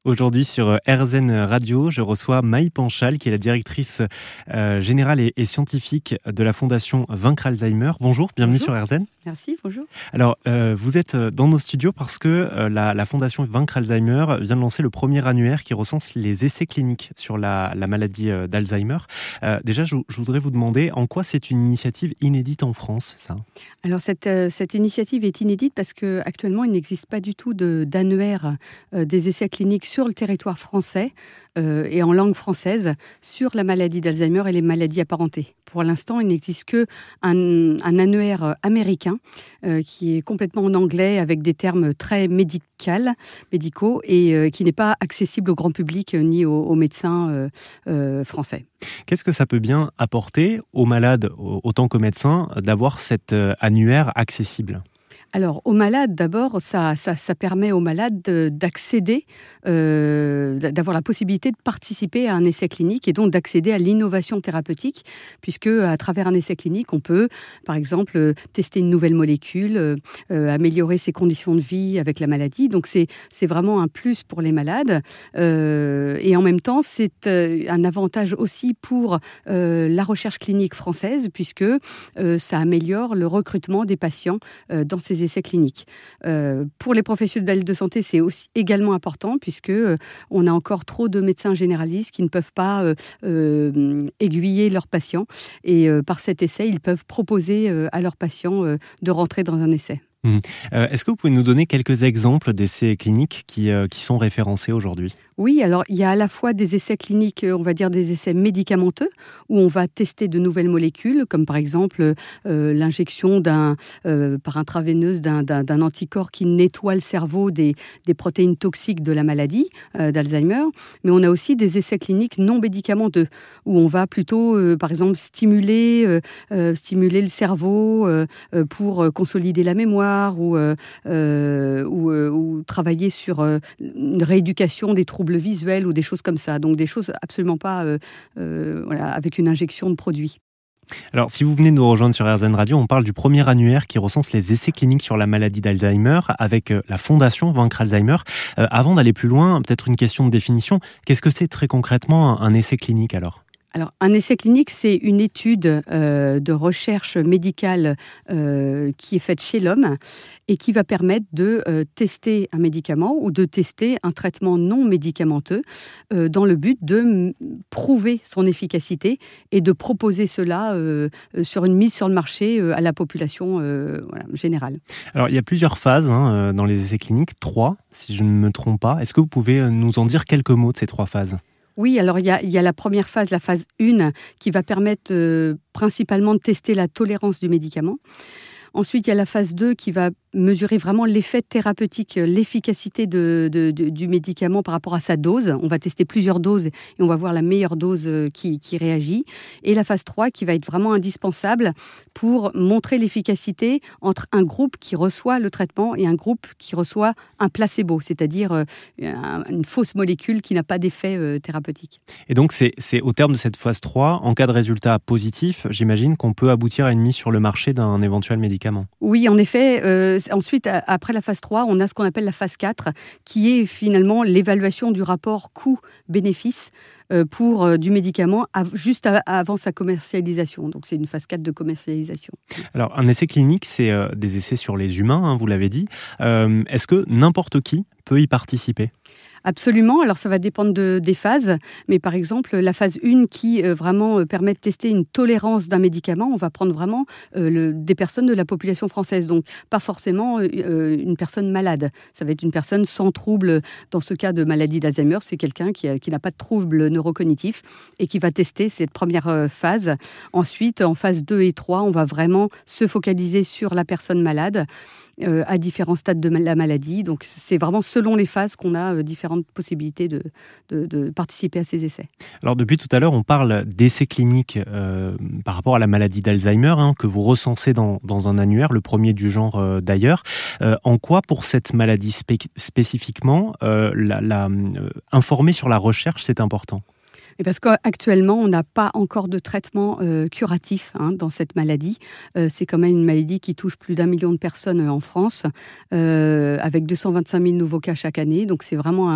Aujourd'hui sur RZN Radio, je reçois Maï Panchal, qui est la directrice générale et scientifique de la Fondation Vaincre Alzheimer. Bonjour, bienvenue sur RZN. Merci, bonjour. Alors, vous êtes dans nos studios parce que la Fondation Vaincre Alzheimer vient de lancer le premier annuaire qui recense les essais cliniques sur la maladie d'Alzheimer. Déjà, je voudrais vous demander en quoi c'est une initiative inédite en France, ça ? Alors, cette initiative est inédite parce qu'actuellement, il n'existe pas du tout d'annuaire des essais cliniques sur le territoire français et en langue française sur la maladie d'Alzheimer et les maladies apparentées. Pour l'instant, il n'existe qu'un annuaire américain qui est complètement en anglais avec des termes très médicaux et qui n'est pas accessible au grand public ni aux médecins français. Qu'est-ce que ça peut bien apporter aux malades autant qu'aux médecins d'avoir cet annuaire accessible ? Alors, aux malades, d'abord, ça permet aux malades d'accéder, d'avoir la possibilité de participer à un essai clinique et donc d'accéder à l'innovation thérapeutique, puisque à travers un essai clinique, on peut, par exemple, tester une nouvelle molécule, améliorer ses conditions de vie avec la maladie. Donc, c'est vraiment un plus pour les malades. Et en même temps, c'est un avantage aussi pour la recherche clinique française, puisque ça améliore le recrutement des patients dans ces essais cliniques. Pour les professionnels de santé, c'est aussi également important puisque on a encore trop de médecins généralistes qui ne peuvent pas aiguiller leurs patients et par cet essai, ils peuvent proposer à leurs patients de rentrer dans un essai. Est-ce que vous pouvez nous donner quelques exemples d'essais cliniques qui sont référencés aujourd'hui ? Oui, alors il y a à la fois des essais cliniques, on va dire des essais médicamenteux, où on va tester de nouvelles molécules, comme par exemple l'injection par intraveineuse d'un anticorps qui nettoie le cerveau des protéines toxiques de la maladie d'Alzheimer. Mais on a aussi des essais cliniques non médicamenteux, où on va plutôt, par exemple, stimuler le cerveau pour consolider la mémoire ou travailler sur une rééducation des troubles visuels ou des choses comme ça. Donc des choses absolument pas avec une injection de produits. Alors, si vous venez de nous rejoindre sur RZN Radio, on parle du premier annuaire qui recense les essais cliniques sur la maladie d'Alzheimer avec la Fondation Vaincre Alzheimer. Avant d'aller plus loin, peut-être une question de définition. Qu'est-ce que c'est très concrètement un essai clinique alors ? Alors, un essai clinique, c'est une étude de recherche médicale qui est faite chez l'homme et qui va permettre de tester un médicament ou de tester un traitement non médicamenteux dans le but de prouver son efficacité et de proposer cela sur une mise sur le marché à la population générale. Alors, il y a plusieurs phases dans les essais cliniques, 3, si je ne me trompe pas. Est-ce que vous pouvez nous en dire quelques mots de ces 3 phases ? Oui, alors il y a la première phase, la phase 1, qui va permettre principalement de tester la tolérance du médicament. Ensuite, il y a la phase 2 qui va mesurer vraiment l'effet thérapeutique, l'efficacité du médicament par rapport à sa dose. On va tester plusieurs doses et on va voir la meilleure dose qui réagit. Et la phase 3 qui va être vraiment indispensable pour montrer l'efficacité entre un groupe qui reçoit le traitement et un groupe qui reçoit un placebo, c'est-à-dire une fausse molécule qui n'a pas d'effet thérapeutique. Et donc, c'est au terme de cette phase 3, en cas de résultat positif, j'imagine qu'on peut aboutir à une mise sur le marché d'un éventuel médicament. Oui, en effet. Ensuite, après la phase 3, on a ce qu'on appelle la phase 4, qui est finalement l'évaluation du rapport coût-bénéfice pour du médicament juste avant sa commercialisation. Donc, c'est une phase 4 de commercialisation. Alors, un essai clinique, c'est des essais sur les humains, vous l'avez dit. Est-ce que n'importe qui peut y participer ? Absolument, alors ça va dépendre des phases, mais par exemple la phase 1 qui vraiment permet de tester une tolérance d'un médicament, on va prendre vraiment des personnes de la population française, donc pas forcément une personne malade, ça va être une personne sans trouble, dans ce cas de maladie d'Alzheimer, c'est quelqu'un qui n'a pas de trouble neurocognitif et qui va tester cette première phase. Ensuite, en phase 2 et 3, on va vraiment se focaliser sur la personne malade, à différents stades de la maladie. Donc, c'est vraiment selon les phases qu'on a différentes possibilités de participer à ces essais. Alors, depuis tout à l'heure, on parle d'essais cliniques par rapport à la maladie d'Alzheimer, que vous recensez dans un annuaire, le premier du genre d'ailleurs. En quoi, pour cette maladie spécifiquement, informer sur la recherche, c'est important ? Et parce qu'actuellement, on n'a pas encore de traitement curatif dans cette maladie. C'est quand même une maladie qui touche plus d'1 million de personnes en France, avec 225 000 nouveaux cas chaque année. Donc c'est vraiment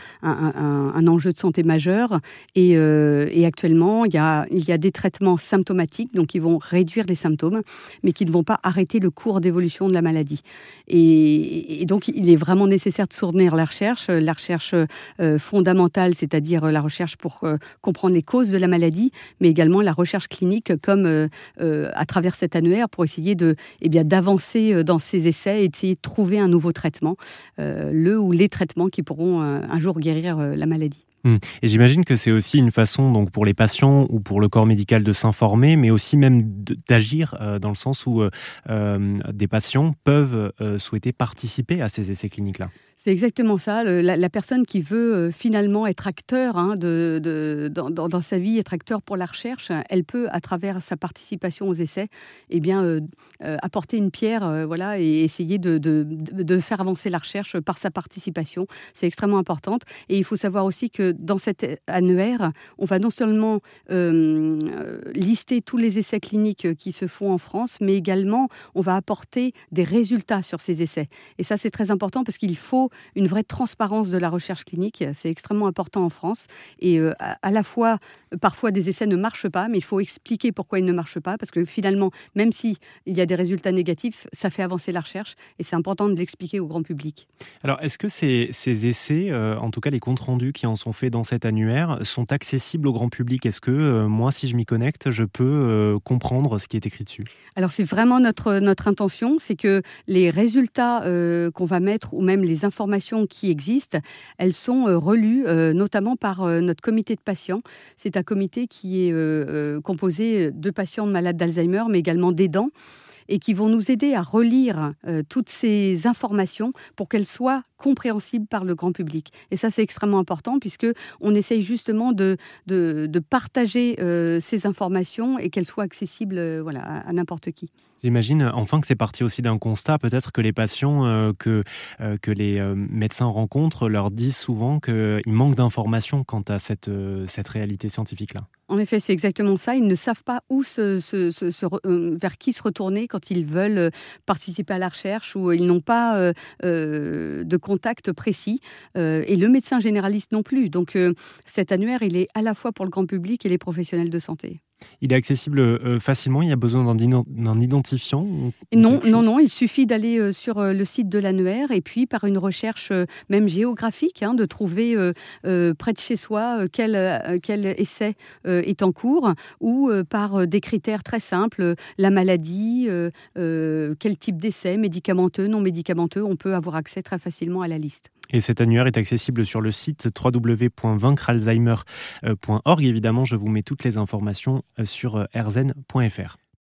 un enjeu de santé majeur. Et actuellement, il y a des traitements symptomatiques, donc qui vont réduire les symptômes, mais qui ne vont pas arrêter le cours d'évolution de la maladie. Et donc, il est vraiment nécessaire de soutenir la recherche fondamentale, c'est-à-dire la recherche pour comprendre les causes de la maladie, mais également la recherche clinique comme à travers cet annuaire pour essayer d'avancer dans ces essais et d'essayer de trouver un nouveau traitement, le ou les traitements qui pourront un jour guérir la maladie. Et j'imagine que c'est aussi une façon donc pour les patients ou pour le corps médical de s'informer, mais aussi même d'agir dans le sens où des patients peuvent souhaiter participer à ces essais cliniques-là. C'est exactement ça. La personne qui veut finalement être acteur dans sa vie, être acteur pour la recherche, elle peut, à travers sa participation aux essais, apporter une pierre et essayer de faire avancer la recherche par sa participation. C'est extrêmement important. Et il faut savoir aussi que dans cet annuaire, on va non seulement lister tous les essais cliniques qui se font en France, mais également on va apporter des résultats sur ces essais. Et ça, c'est très important parce qu'il faut une vraie transparence de la recherche clinique. C'est extrêmement important en France. Et à la fois, parfois, des essais ne marchent pas, mais il faut expliquer pourquoi ils ne marchent pas, parce que finalement, même s'il y a des résultats négatifs, ça fait avancer la recherche, et c'est important de l'expliquer au grand public. Alors, est-ce que ces essais, en tout cas les comptes rendus qui en sont faits dans cet annuaire, sont accessibles au grand public ? Est-ce que moi, si je m'y connecte, je peux comprendre ce qui est écrit dessus ? Alors, c'est vraiment notre intention, c'est que les résultats qu'on va mettre, ou même les informations qui existent, elles sont relues, notamment par notre comité de patients. C'est un comité qui est composé de patients malades d'Alzheimer, mais également d'aidants, et qui vont nous aider à relire toutes ces informations pour qu'elles soient compréhensibles par le grand public. Et ça, c'est extrêmement important puisqu'on essaye justement de partager ces informations et qu'elles soient accessibles à n'importe qui. J'imagine enfin que c'est parti aussi d'un constat, peut-être que les patients que les médecins rencontrent leur disent souvent qu'il manque d'informations quant à cette réalité scientifique-là. En effet, c'est exactement ça. Ils ne savent pas vers qui se retourner quand ils veulent participer à la recherche ou ils n'ont pas de contact précis. Et le médecin généraliste non plus. Donc cet annuaire, il est à la fois pour le grand public et les professionnels de santé. Il est accessible facilement, il y a besoin d'un identifiant Non, il suffit d'aller sur le site de l'annuaire et puis par une recherche même géographique, de trouver près de chez soi quel essai est en cours ou par des critères très simples, la maladie, quel type d'essai, médicamenteux, non médicamenteux, on peut avoir accès très facilement à la liste. Et cet annuaire est accessible sur le site www.vaincrealzheimer.org. Évidemment, je vous mets toutes les informations sur rzn.fr.